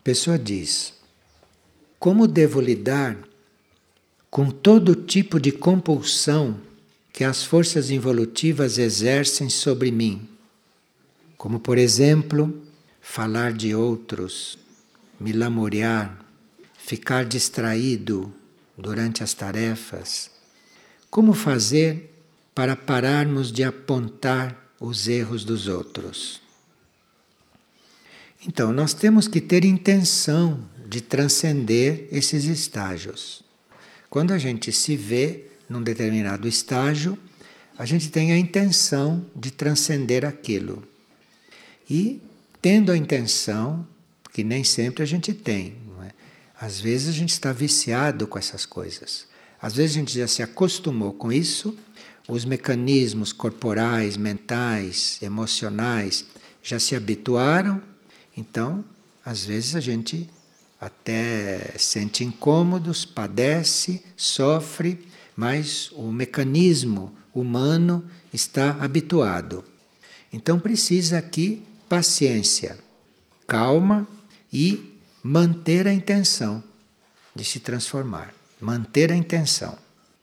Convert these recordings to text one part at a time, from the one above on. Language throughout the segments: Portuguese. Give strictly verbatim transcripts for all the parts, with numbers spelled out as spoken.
pessoa diz: como devo lidar com todo tipo de compulsão que as forças involutivas exercem sobre mim? Como, por exemplo, falar de outros, me lamorear, ficar distraído durante as tarefas. Como fazer para pararmos de apontar os erros dos outros? Então, nós temos que ter intenção de transcender esses estágios. Quando a gente se vê num determinado estágio, a gente tem a intenção de transcender aquilo. E, tendo a intenção, porque nem sempre a gente tem, não é? Às vezes a gente está viciado com essas coisas. Às vezes a gente já se acostumou com isso, os mecanismos corporais, mentais, emocionais já se habituaram, então, às vezes a gente até sente incômodos, padece, sofre, mas o mecanismo humano está habituado. Então precisa aqui paciência, calma e manter a intenção de se transformar. Manter a intenção.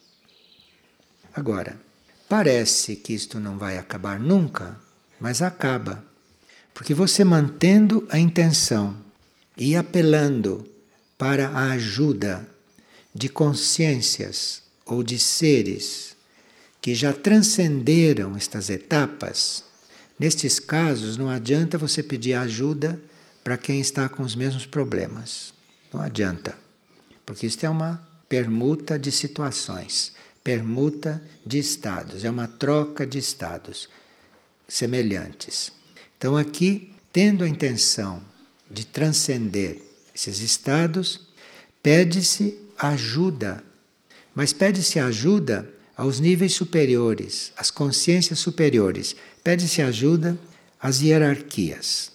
Agora, parece que isto não vai acabar nunca, mas acaba. Porque você mantendo a intenção e apelando para a ajuda de consciências ou de seres que já transcenderam estas etapas, nestes casos não adianta você pedir ajuda para quem está com os mesmos problemas. Não adianta. Porque isto é uma permuta de situações, permuta de estados, é uma troca de estados semelhantes. Então aqui, tendo a intenção de transcender esses estados, pede-se ajuda, mas pede-se ajuda aos níveis superiores, às consciências superiores, pede-se ajuda às hierarquias.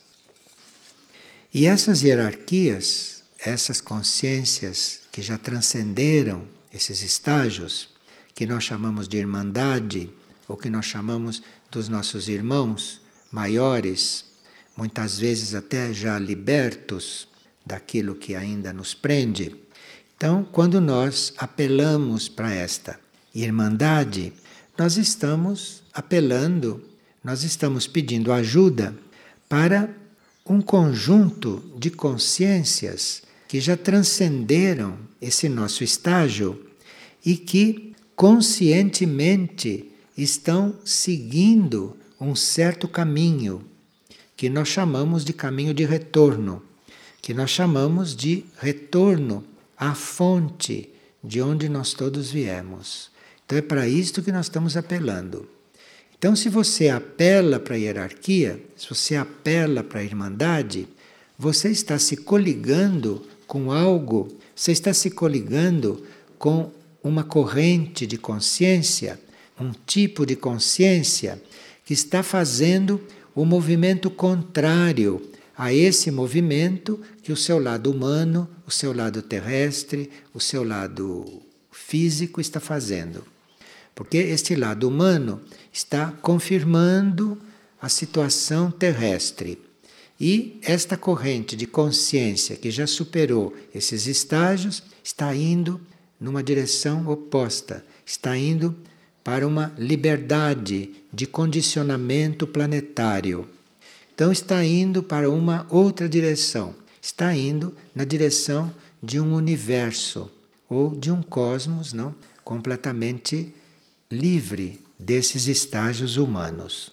E essas hierarquias, essas consciências que já transcenderam esses estágios, que nós chamamos de irmandade, ou que nós chamamos dos nossos irmãos maiores, muitas vezes até já libertos daquilo que ainda nos prende. Então, quando nós apelamos para esta irmandade, nós estamos apelando, nós estamos pedindo ajuda para um conjunto de consciências que já transcenderam esse nosso estágio e que conscientemente estão seguindo um certo caminho, que nós chamamos de caminho de retorno, que nós chamamos de retorno à fonte de onde nós todos viemos. Então é para isto que nós estamos apelando. Então, se você apela para a hierarquia, se você apela para a irmandade, você está se coligando com algo, você está se coligando com uma corrente de consciência, um tipo de consciência que está fazendo o movimento contrário a esse movimento que o seu lado humano, o seu lado terrestre, o seu lado físico está fazendo. Porque este lado humano está confirmando a situação terrestre. E esta corrente de consciência que já superou esses estágios está indo numa direção oposta, está indo para uma liberdade de condicionamento planetário. Então está indo para uma outra direção, está indo na direção de um universo ou de um cosmos, não, completamente livre desses estágios humanos.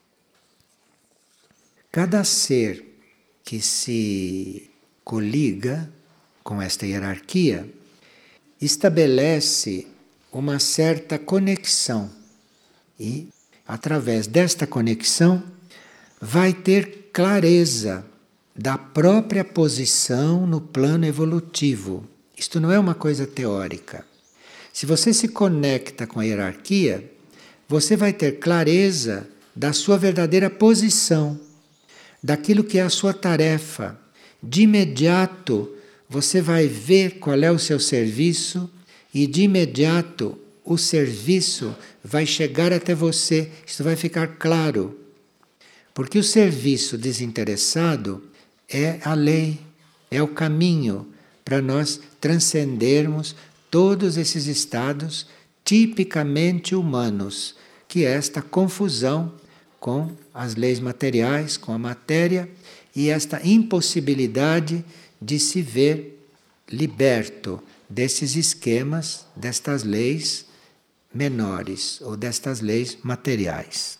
Cada ser que se coliga com esta hierarquia estabelece uma certa conexão e, através desta conexão, vai ter clareza da própria posição no plano evolutivo. Isto não é uma coisa teórica. Se você se conecta com a hierarquia, você vai ter clareza da sua verdadeira posição, daquilo que é a sua tarefa. De imediato, você vai ver qual é o seu serviço e de imediato o serviço vai chegar até você. Isso vai ficar claro. Porque o serviço desinteressado é a lei, é o caminho para nós transcendermos todos esses estados tipicamente humanos, que é esta confusão com as leis materiais, com a matéria, e esta impossibilidade de se ver liberto desses esquemas, destas leis menores ou destas leis materiais.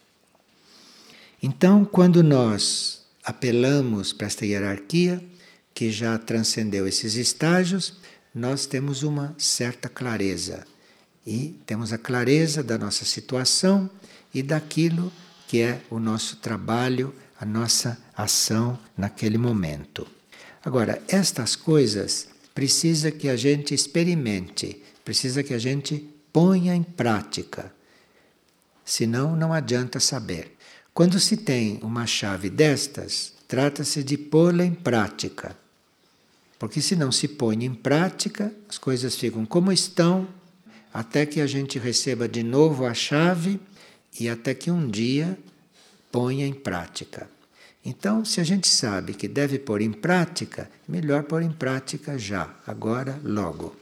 Então, quando nós apelamos para esta hierarquia, que já transcendeu esses estágios, nós temos uma certa clareza. E temos a clareza da nossa situação e daquilo que é o nosso trabalho, a nossa ação naquele momento. Agora, estas coisas precisa que a gente experimente, precisa que a gente ponha em prática. Senão, não adianta saber. Quando se tem uma chave destas, trata-se de pô-la em prática. Porque se não se põe em prática, as coisas ficam como estão, até que a gente receba de novo a chave e até que um dia ponha em prática. Então, se a gente sabe que deve pôr em prática, melhor pôr em prática já, agora, logo.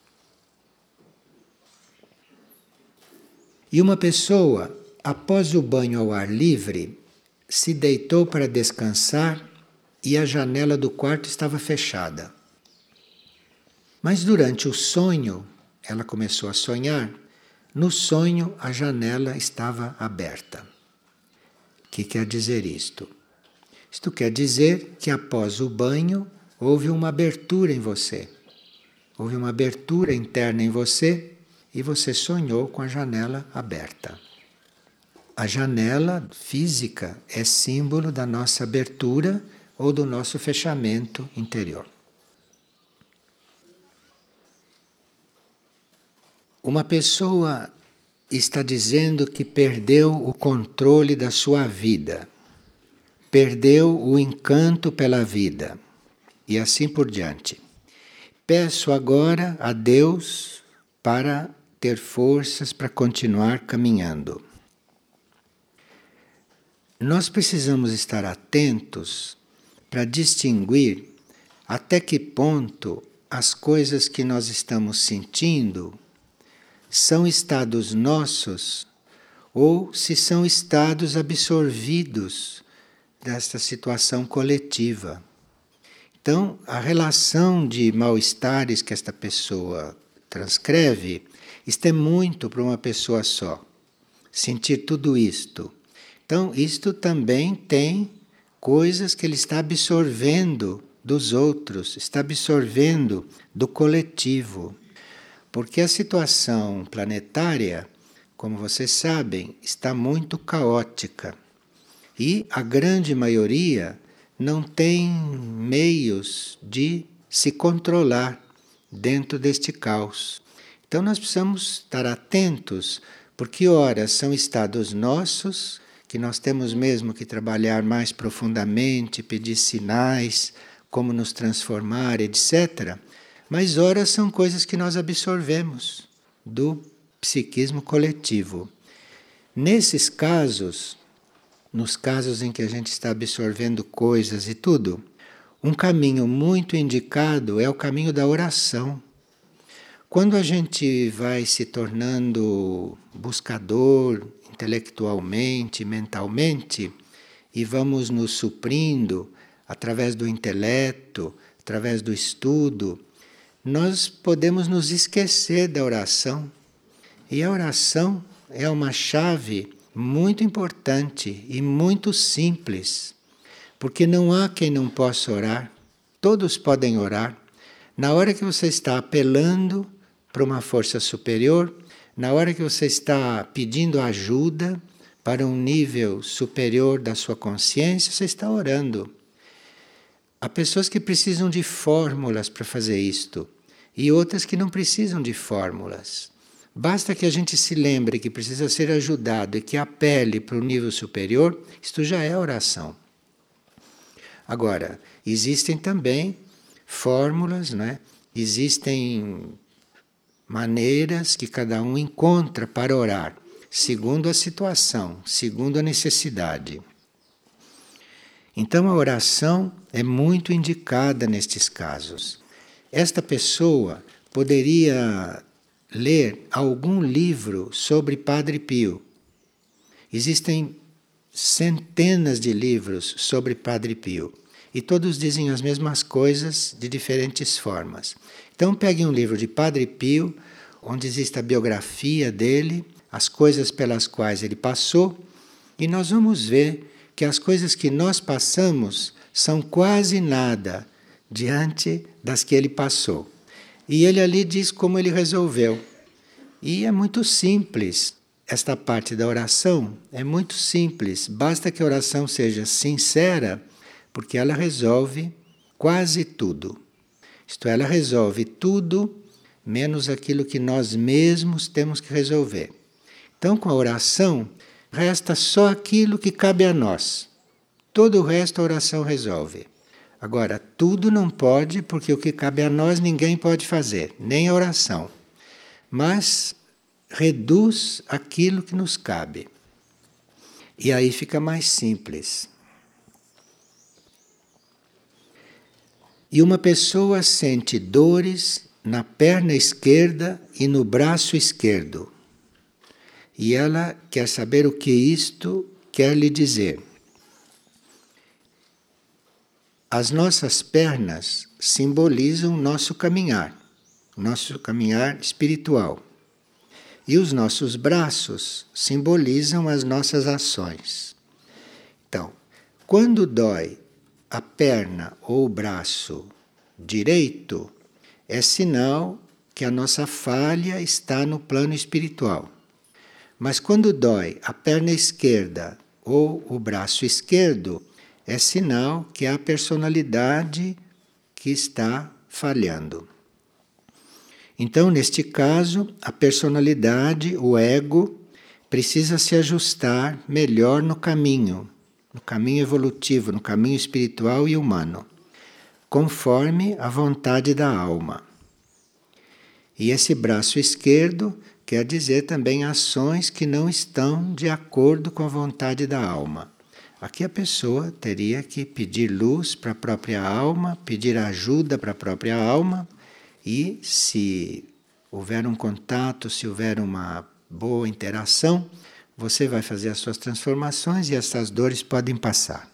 E uma pessoa, após o banho ao ar livre, se deitou para descansar e a janela do quarto estava fechada. Mas durante o sonho, ela começou a sonhar, no sonho a janela estava aberta. O que quer dizer isto? Isto quer dizer que após o banho houve uma abertura em você. Houve uma abertura interna em você e você sonhou com a janela aberta. A janela física é símbolo da nossa abertura ou do nosso fechamento interior. Uma pessoa está dizendo que perdeu o controle da sua vida, perdeu o encanto pela vida e assim por diante. Peço agora a Deus para ter forças para continuar caminhando. Nós precisamos estar atentos para distinguir até que ponto as coisas que nós estamos sentindo são estados nossos ou se são estados absorvidos desta situação coletiva. Então, a relação de mal-estares que esta pessoa transcreve, isto é muito para uma pessoa só. Sentir tudo isto. Então, isto também tem coisas que ele está absorvendo dos outros, está absorvendo do coletivo. Porque a situação planetária, como vocês sabem, está muito caótica. E a grande maioria não tem meios de se controlar dentro deste caos. Então nós precisamos estar atentos, porque ora são estados nossos, que nós temos mesmo que trabalhar mais profundamente, pedir sinais, como nos transformar, etcétera. Mas ora são coisas que nós absorvemos do psiquismo coletivo. Nesses casos, nos casos em que a gente está absorvendo coisas e tudo, um caminho muito indicado é o caminho da oração. Quando a gente vai se tornando buscador intelectualmente, mentalmente, e vamos nos suprindo através do intelecto, através do estudo, nós podemos nos esquecer da oração. E a oração é uma chave muito importante e muito simples, porque não há quem não possa orar, todos podem orar. Na hora que você está apelando para uma força superior, na hora que você está pedindo ajuda para um nível superior da sua consciência, você está orando. Há pessoas que precisam de fórmulas para fazer isto, e outras que não precisam de fórmulas. Basta que a gente se lembre que precisa ser ajudado e que apele para o nível superior, isto já é oração. Agora, existem também fórmulas, né? Existem maneiras que cada um encontra para orar, segundo a situação, segundo a necessidade. Então a oração é muito indicada nestes casos. Esta pessoa poderia ler algum livro sobre Padre Pio. Existem centenas de livros sobre Padre Pio e todos dizem as mesmas coisas de diferentes formas. Então pegue um livro de Padre Pio, onde existe a biografia dele, as coisas pelas quais ele passou, e nós vamos ver que as coisas que nós passamos são quase nada diante das que ele passou. E ele ali diz como ele resolveu. E é muito simples. Esta parte da oração é muito simples. Basta que a oração seja sincera, porque ela resolve quase tudo. Isto é, ela resolve tudo, menos aquilo que nós mesmos temos que resolver. Então, com a oração, resta só aquilo que cabe a nós. Todo o resto a oração resolve. Agora, tudo não pode, porque o que cabe a nós ninguém pode fazer, nem a oração. Mas reduz aquilo que nos cabe. E aí fica mais simples. E uma pessoa sente dores na perna esquerda e no braço esquerdo. E ela quer saber o que isto quer lhe dizer. As nossas pernas simbolizam nosso caminhar, nosso caminhar espiritual. E os nossos braços simbolizam as nossas ações. Então, quando dói a perna ou o braço direito, é sinal que a nossa falha está no plano espiritual. Mas quando dói a perna esquerda ou o braço esquerdo, é sinal que é a personalidade que está falhando. Então, neste caso, a personalidade, o ego, precisa se ajustar melhor no caminho, no caminho evolutivo, no caminho espiritual e humano, conforme a vontade da alma. E esse braço esquerdo quer dizer também ações que não estão de acordo com a vontade da alma. Aqui a pessoa teria que pedir luz para a própria alma, pedir ajuda para a própria alma, e se houver um contato, se houver uma boa interação, você vai fazer as suas transformações e essas dores podem passar.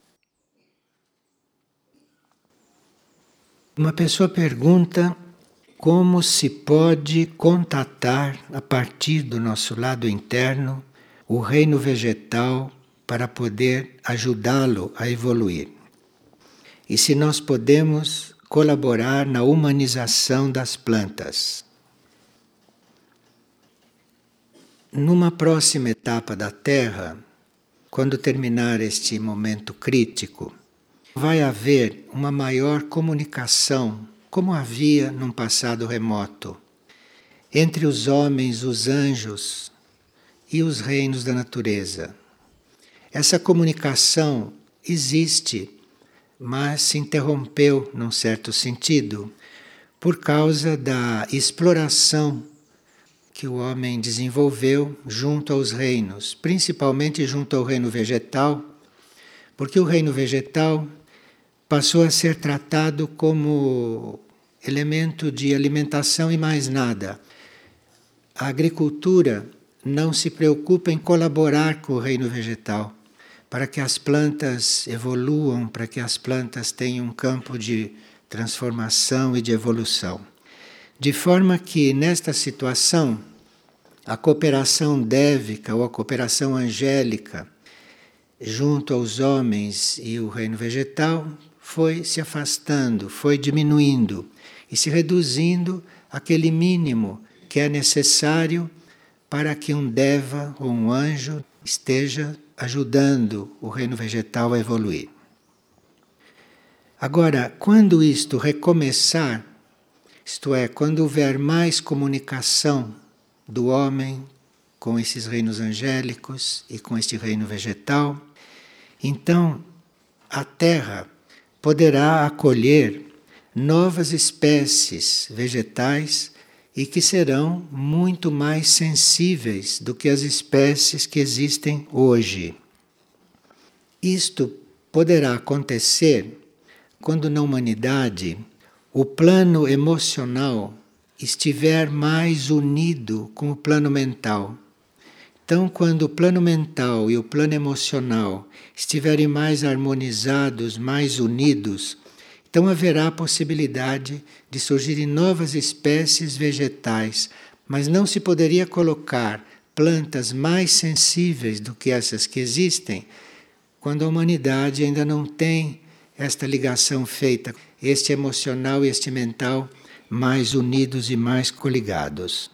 Uma pessoa pergunta como se pode contatar, a partir do nosso lado interno, o reino vegetal para poder ajudá-lo a evoluir. E se nós podemos colaborar na humanização das plantas. Numa próxima etapa da Terra, quando terminar este momento crítico, vai haver uma maior comunicação, como havia num passado remoto, entre os homens, os anjos e os reinos da natureza. Essa comunicação existe, mas se interrompeu num certo sentido por causa da exploração que o homem desenvolveu junto aos reinos, principalmente junto ao reino vegetal, porque o reino vegetal passou a ser tratado como elemento de alimentação e mais nada. A agricultura não se preocupa em colaborar com o reino vegetal, para que as plantas evoluam, para que as plantas tenham um campo de transformação e de evolução. De forma que, nesta situação, a cooperação dévica ou a cooperação angélica junto aos homens e o reino vegetal foi se afastando, foi diminuindo e se reduzindo àquele mínimo que é necessário para que um deva ou um anjo esteja ajudando o reino vegetal a evoluir. Agora, quando isto recomeçar, isto é, quando houver mais comunicação do homem com esses reinos angélicos e com este reino vegetal, então a Terra poderá acolher novas espécies vegetais e que serão muito mais sensíveis do que as espécies que existem hoje. Isto poderá acontecer quando na humanidade o plano emocional estiver mais unido com o plano mental. Então, quando o plano mental e o plano emocional estiverem mais harmonizados, mais unidos, então haverá a possibilidade de surgirem novas espécies vegetais, mas não se poderia colocar plantas mais sensíveis do que essas que existem, quando a humanidade ainda não tem esta ligação feita, este emocional e este mental mais unidos e mais coligados.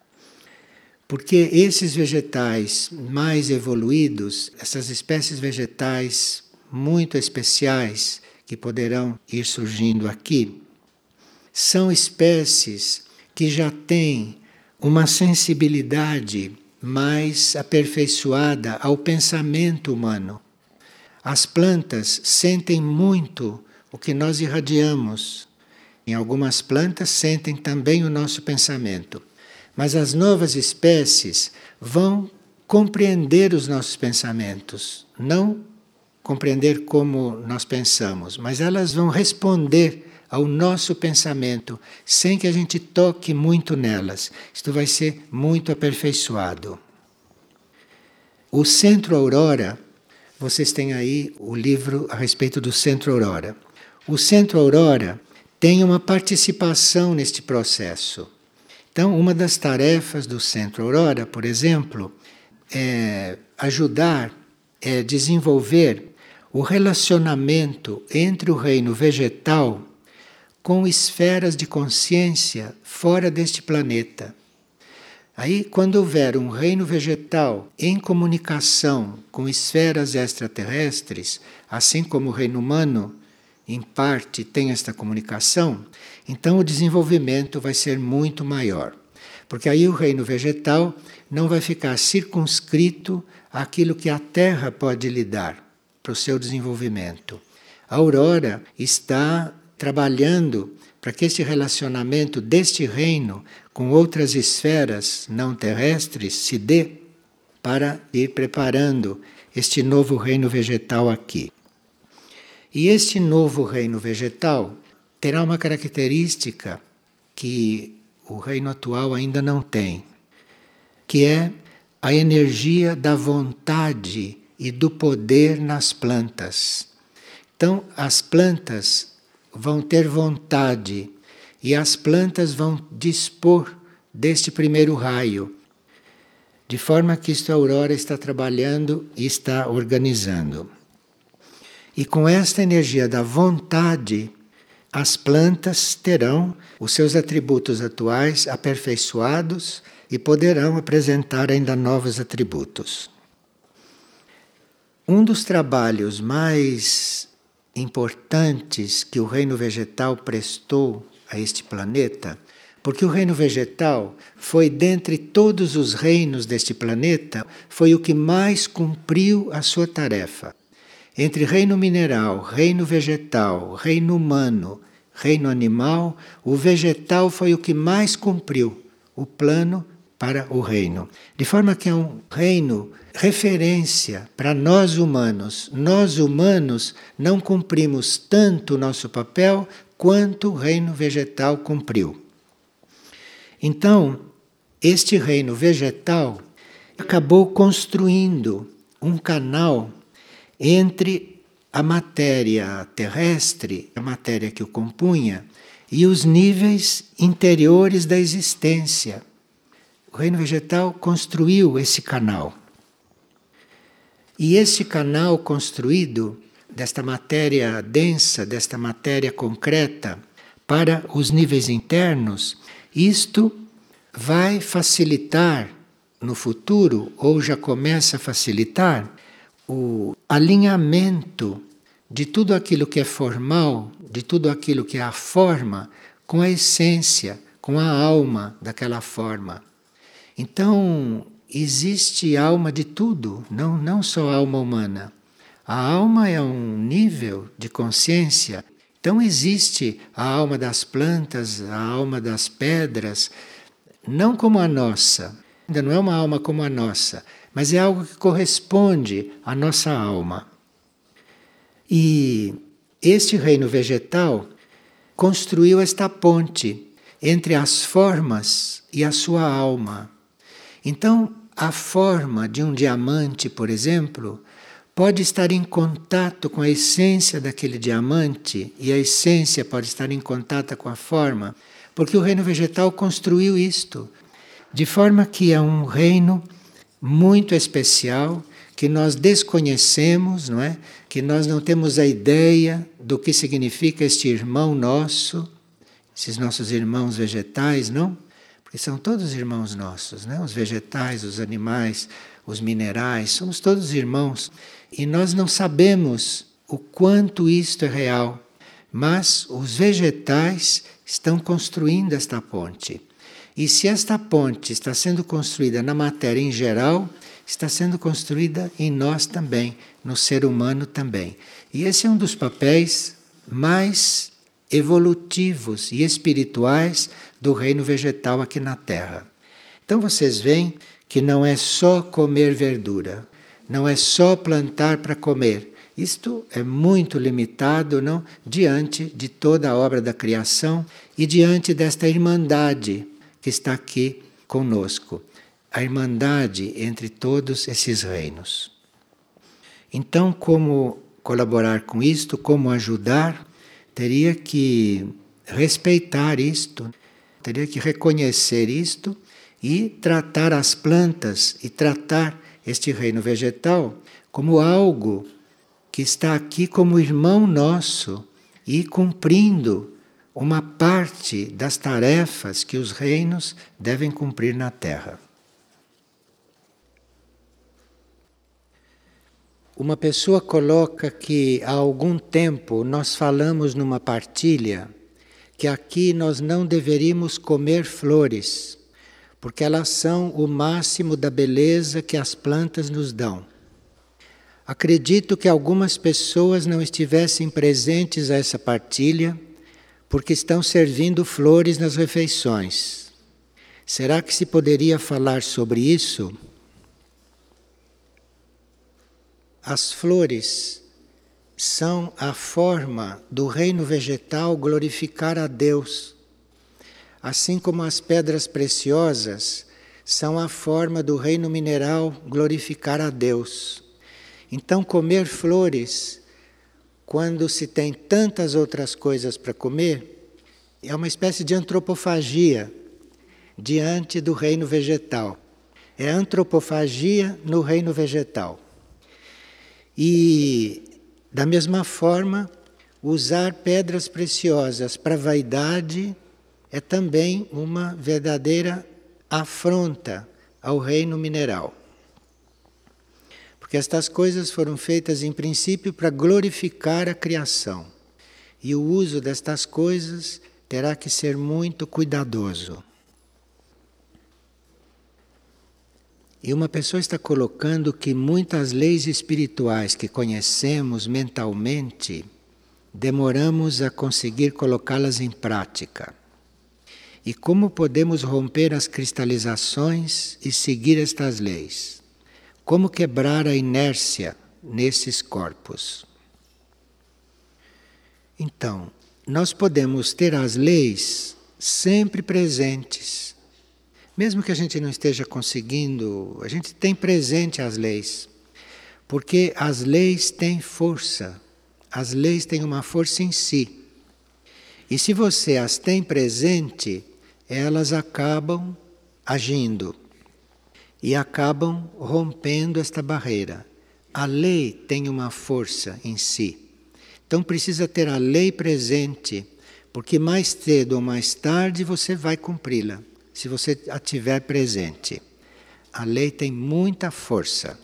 Porque esses vegetais mais evoluídos, essas espécies vegetais muito especiais que poderão ir surgindo aqui, são espécies que já têm uma sensibilidade mais aperfeiçoada ao pensamento humano. As plantas sentem muito o que nós irradiamos. Em algumas plantas sentem também o nosso pensamento. Mas as novas espécies vão compreender os nossos pensamentos, não compreender como nós pensamos, mas elas vão responder ao nosso pensamento, sem que a gente toque muito nelas. Isto vai ser muito aperfeiçoado. O Centro Aurora, vocês têm aí o livro a respeito do Centro Aurora. O Centro Aurora tem uma participação neste processo. Então, uma das tarefas do Centro Aurora, por exemplo, é ajudar, é desenvolver o relacionamento entre o reino vegetal com esferas de consciência fora deste planeta. Aí, quando houver um reino vegetal em comunicação com esferas extraterrestres, assim como o reino humano, em parte, tem esta comunicação, então o desenvolvimento vai ser muito maior. Porque aí o reino vegetal não vai ficar circunscrito àquilo que a Terra pode lhe dar para o seu desenvolvimento. A Aurora está trabalhando para que este relacionamento deste reino com outras esferas não terrestres se dê para ir preparando este novo reino vegetal aqui. E este novo reino vegetal terá uma característica que o reino atual ainda não tem, que é a energia da vontade e do poder nas plantas. Então, as plantas vão ter vontade e as plantas vão dispor deste primeiro raio, de forma que isto a Aurora está trabalhando e está organizando. E com esta energia da vontade, as plantas terão os seus atributos atuais aperfeiçoados e poderão apresentar ainda novos atributos. Um dos trabalhos mais importantes que o reino vegetal prestou a este planeta, porque o reino vegetal foi, dentre todos os reinos deste planeta, foi o que mais cumpriu a sua tarefa. Entre reino mineral, reino vegetal, reino humano, reino animal, o vegetal foi o que mais cumpriu o plano para o reino. De forma que é um reino referência para nós humanos. Nós humanos não cumprimos tanto o nosso papel quanto o reino vegetal cumpriu. Então, este reino vegetal acabou construindo um canal entre a matéria terrestre, a matéria que o compunha, e os níveis interiores da existência. O reino vegetal construiu esse canal. E esse canal construído, desta matéria densa, desta matéria concreta, para os níveis internos, isto vai facilitar no futuro, ou já começa a facilitar, o alinhamento de tudo aquilo que é formal, de tudo aquilo que é a forma, com a essência, com a alma daquela forma. Então, existe alma de tudo, não, não só alma humana. A alma é um nível de consciência. Então, existe a alma das plantas, a alma das pedras, não como a nossa. Ainda não é uma alma como a nossa, mas é algo que corresponde à nossa alma. E este reino vegetal construiu esta ponte entre as formas e a sua alma. Então, a forma de um diamante, por exemplo, pode estar em contato com a essência daquele diamante e a essência pode estar em contato com a forma, porque o reino vegetal construiu isto, de forma que é um reino muito especial, que nós desconhecemos, não é? Que nós não temos a ideia do que significa este irmão nosso, esses nossos irmãos vegetais, não? Porque são todos irmãos nossos, né? Os vegetais, os animais, os minerais, somos todos irmãos. E nós não sabemos o quanto isto é real, mas os vegetais estão construindo esta ponte. E se esta ponte está sendo construída na matéria em geral, está sendo construída em nós também, no ser humano também. E esse é um dos papéis mais evolutivos e espirituais do reino vegetal aqui na Terra. Então vocês veem que não é só comer verdura, não é só plantar para comer. Isto é muito limitado, não? Diante de toda a obra da criação e diante desta irmandade que está aqui conosco. A irmandade entre todos esses reinos. Então, como colaborar com isto, como ajudar, teria que respeitar isto, teria que reconhecer isto e tratar as plantas e tratar este reino vegetal como algo que está aqui como irmão nosso e cumprindo uma parte das tarefas que os reinos devem cumprir na Terra. Uma pessoa coloca que há algum tempo nós falamos numa partilha que aqui nós não deveríamos comer flores, porque elas são o máximo da beleza que as plantas nos dão. Acredito que algumas pessoas não estivessem presentes a essa partilha porque estão servindo flores nas refeições. Será que se poderia falar sobre isso? As flores são a forma do reino vegetal glorificar a Deus, assim como as pedras preciosas são a forma do reino mineral glorificar a Deus. Então, comer flores, quando se tem tantas outras coisas para comer, é uma espécie de antropofagia diante do reino vegetal. É antropofagia no reino vegetal. E, da mesma forma, usar pedras preciosas para vaidade é também uma verdadeira afronta ao reino mineral. Porque estas coisas foram feitas em princípio para glorificar a criação. E o uso destas coisas terá que ser muito cuidadoso. E uma pessoa está colocando que muitas leis espirituais que conhecemos mentalmente, demoramos a conseguir colocá-las em prática. E como podemos romper as cristalizações e seguir estas leis? Como quebrar a inércia nesses corpos? Então, nós podemos ter as leis sempre presentes. Mesmo que a gente não esteja conseguindo, a gente tem presente as leis. Porque as leis têm força. As leis têm uma força em si. E se você as tem presente, elas acabam agindo. E acabam rompendo esta barreira. A lei tem uma força em si. Então precisa ter a lei presente, porque mais cedo ou mais tarde você vai cumpri-la, se você a tiver presente. A lei tem muita força.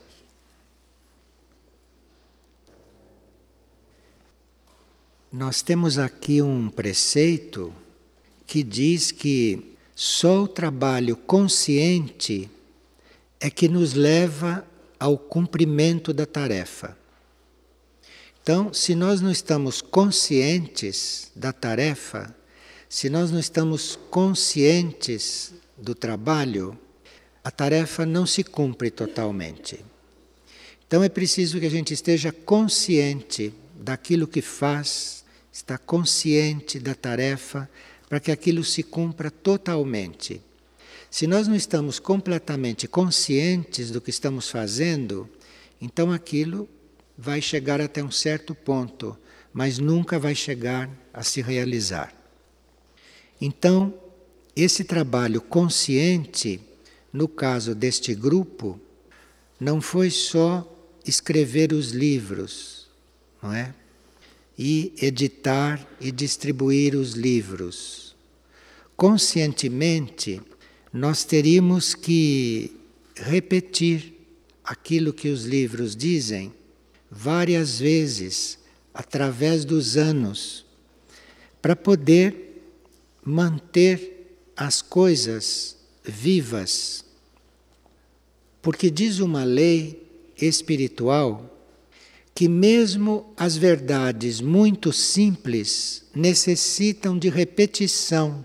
Nós temos aqui um preceito que diz que só o trabalho consciente é que nos leva ao cumprimento da tarefa. Então, se nós não estamos conscientes da tarefa, se nós não estamos conscientes do trabalho, a tarefa não se cumpre totalmente. Então é preciso que a gente esteja consciente daquilo que faz, está consciente da tarefa para que aquilo se cumpra totalmente. Se nós não estamos completamente conscientes do que estamos fazendo, então aquilo vai chegar até um certo ponto, mas nunca vai chegar a se realizar. Então, esse trabalho consciente, no caso deste grupo, não foi só escrever os livros, não é? E editar e distribuir os livros. Conscientemente, nós teríamos que repetir aquilo que os livros dizem várias vezes, através dos anos, para poder manter as coisas vivas. Porque diz uma lei espiritual que mesmo as verdades muito simples necessitam de repetição.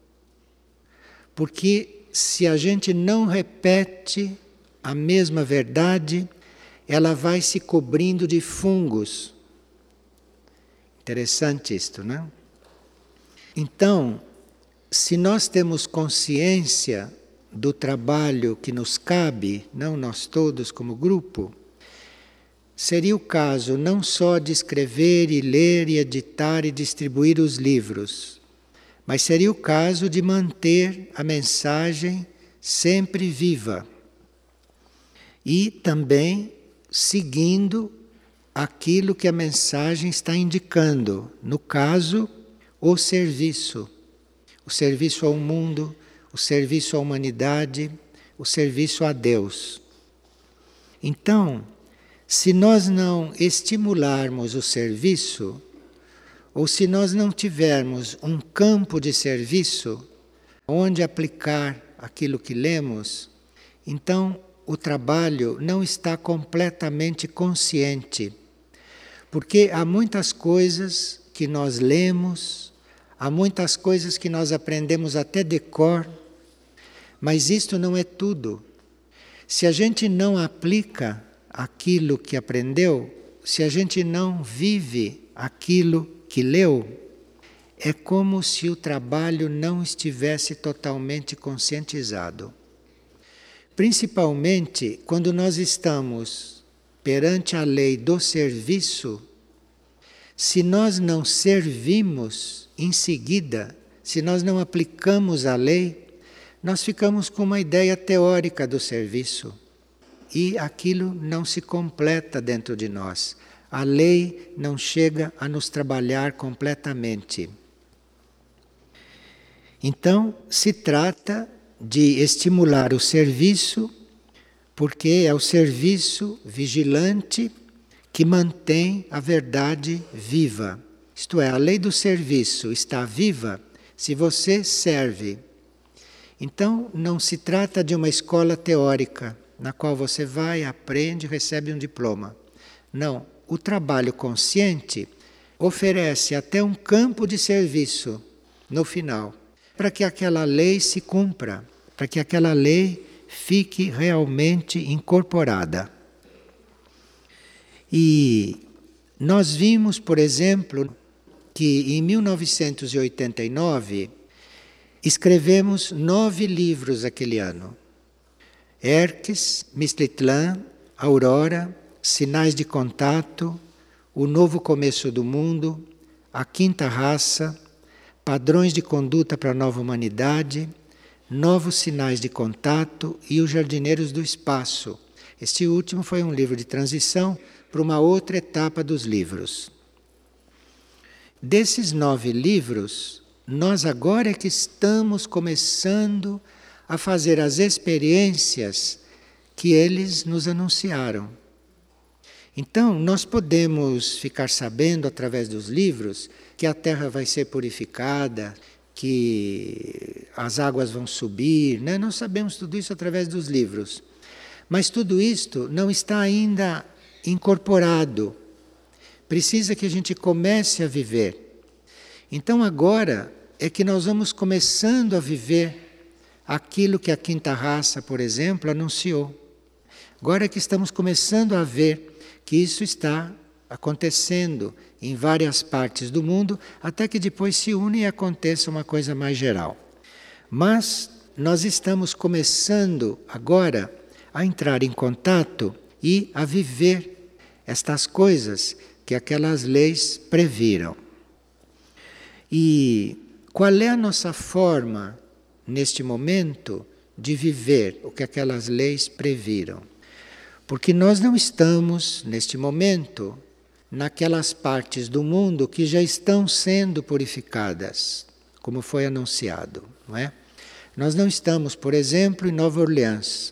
Porque se a gente não repete a mesma verdade, ela vai se cobrindo de fungos. Interessante isto, não é? Então, se nós temos consciência do trabalho que nos cabe, não nós todos como grupo, seria o caso não só de escrever e ler e editar e distribuir os livros, mas seria o caso de manter a mensagem sempre viva e também seguindo aquilo que a mensagem está indicando, no caso, o serviço, o serviço ao mundo, o serviço à humanidade, o serviço a Deus. Então, se nós não estimularmos o serviço, ou se nós não tivermos um campo de serviço onde aplicar aquilo que lemos, então o trabalho não está completamente consciente. Porque há muitas coisas que nós lemos, há muitas coisas que nós aprendemos até de cor, mas isto não é tudo. Se a gente não aplica aquilo que aprendeu, se a gente não vive aquilo que leu, é como se o trabalho não estivesse totalmente conscientizado. Principalmente quando nós estamos perante a lei do serviço, se nós não servimos em seguida, se nós não aplicamos a lei, nós ficamos com uma ideia teórica do serviço e aquilo não se completa dentro de nós. A lei não chega a nos trabalhar completamente. Então, se trata de estimular o serviço, porque é o serviço vigilante que mantém a verdade viva. Isto é, a lei do serviço está viva se você serve. Então, não se trata de uma escola teórica, na qual você vai, aprende e recebe um diploma. Não, o trabalho consciente oferece até um campo de serviço no final, para que aquela lei se cumpra, para que aquela lei fique realmente incorporada. E nós vimos, por exemplo, que em mil novecentos e oitenta e nove escrevemos nove livros aquele ano. Hermes, Mistitlan, Aurora, Sinais de Contato, O Novo Começo do Mundo, A Quinta Raça, Padrões de Conduta para a Nova Humanidade, Novos Sinais de Contato e Os Jardineiros do Espaço. Este último foi um livro de transição para uma outra etapa dos livros. Desses nove livros, nós agora é que estamos começando a fazer as experiências que eles nos anunciaram. Então, nós podemos ficar sabendo através dos livros que a terra vai ser purificada, que as águas vão subir, né? Nós sabemos tudo isso através dos livros. Mas tudo isto não está ainda incorporado. Precisa que a gente comece a viver. Então agora é que nós vamos começando a viver aquilo que a Quinta Raça, por exemplo, anunciou. Agora é que estamos começando a ver que isso está acontecendo em várias partes do mundo, até que depois se une e aconteça uma coisa mais geral. Mas nós estamos começando agora a entrar em contato e a viver estas coisas que aquelas leis previram. E qual é a nossa forma, neste momento, de viver o que aquelas leis previram? Porque nós não estamos, neste momento, naquelas partes do mundo que já estão sendo purificadas, como foi anunciado, não é? Nós não estamos, por exemplo, em Nova Orleans,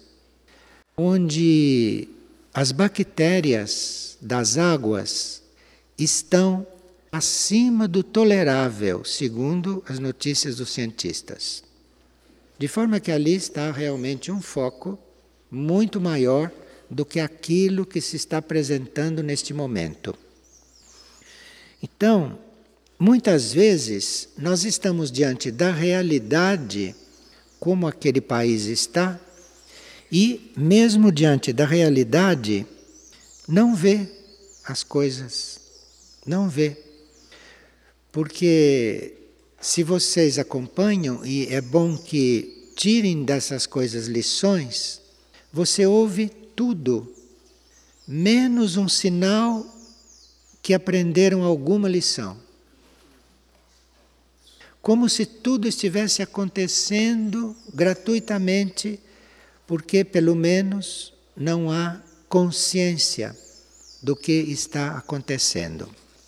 onde as bactérias das águas estão acima do tolerável, segundo as notícias dos cientistas. De forma que ali está realmente um foco muito maior do que aquilo que se está apresentando neste momento. Então, muitas vezes nós estamos diante da realidade como aquele país está e, mesmo diante da realidade, não vê as coisas, não vê. Porque se vocês acompanham, e é bom que tirem dessas coisas lições, você ouve tudo, menos um sinal que aprenderam alguma lição. Como se tudo estivesse acontecendo gratuitamente, porque pelo menos não há consciência do que está acontecendo.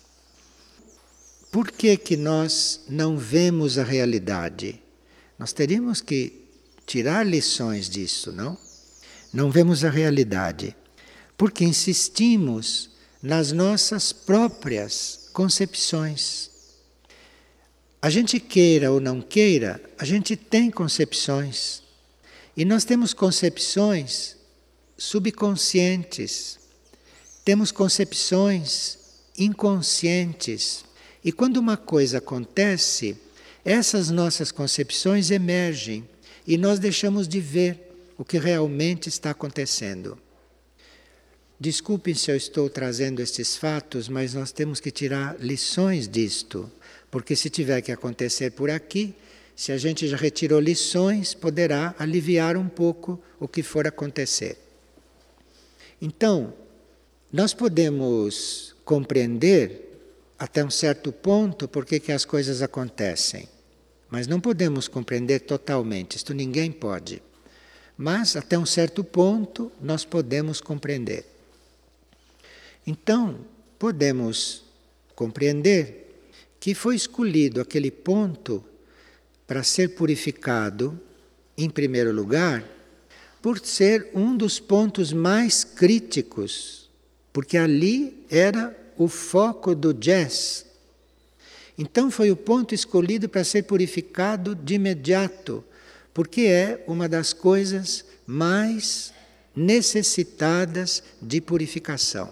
Por que que nós não vemos a realidade? Nós teríamos que tirar lições disso, não? Não vemos a realidade, porque insistimos nas nossas próprias concepções. A gente queira ou não queira, a gente tem concepções. E nós temos concepções subconscientes, temos concepções inconscientes. E quando uma coisa acontece, essas nossas concepções emergem e nós deixamos de ver o que realmente está acontecendo. Desculpem se eu estou trazendo estes fatos, mas nós temos que tirar lições disto, porque se tiver que acontecer por aqui, se a gente já retirou lições, poderá aliviar um pouco o que for acontecer. Então, nós podemos compreender até um certo ponto por que que as coisas acontecem, mas não podemos compreender totalmente, isto ninguém pode. Mas até um certo ponto nós podemos compreender. Então, podemos compreender que foi escolhido aquele ponto para ser purificado, em primeiro lugar, por ser um dos pontos mais críticos, porque ali era o foco do jazz. Então foi o ponto escolhido para ser purificado de imediato, porque é uma das coisas mais necessitadas de purificação.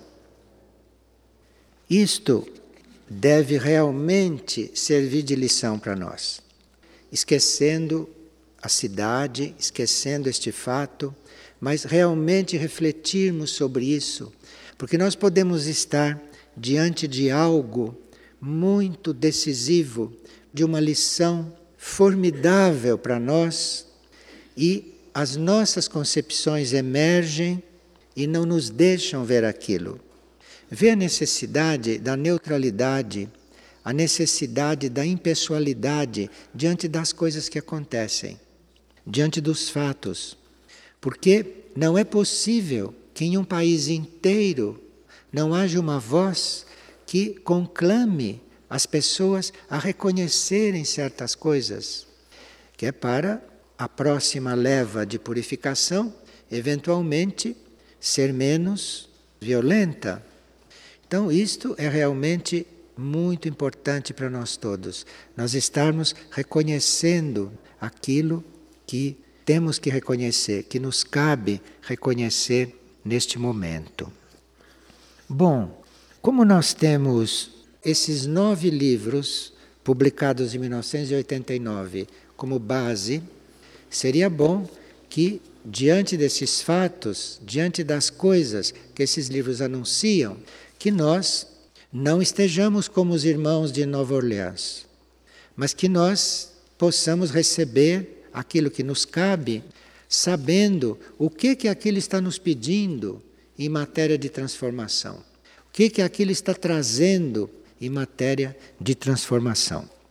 Isto deve realmente servir de lição para nós, esquecendo a cidade, esquecendo este fato, mas realmente refletirmos sobre isso, porque nós podemos estar diante de algo muito decisivo, de uma lição formidável para nós, e as nossas concepções emergem e não nos deixam ver aquilo. Vê a necessidade da neutralidade, a necessidade da impessoalidade diante das coisas que acontecem, diante dos fatos. Porque não é possível que em um país inteiro não haja uma voz que conclame as pessoas a reconhecerem certas coisas, que é para a próxima leva de purificação, eventualmente, ser menos violenta. Então, isto é realmente muito importante para nós todos. Nós estarmos reconhecendo aquilo que temos que reconhecer, que nos cabe reconhecer neste momento. Bom, como nós temos esses nove livros publicados em mil novecentos e oitenta e nove como base, seria bom que, diante desses fatos, diante das coisas que esses livros anunciam, que nós não estejamos como os irmãos de Nova Orleans, mas que nós possamos receber aquilo que nos cabe, sabendo o que que aquilo está nos pedindo em matéria de transformação. O que que aquilo está trazendo em matéria de transformação.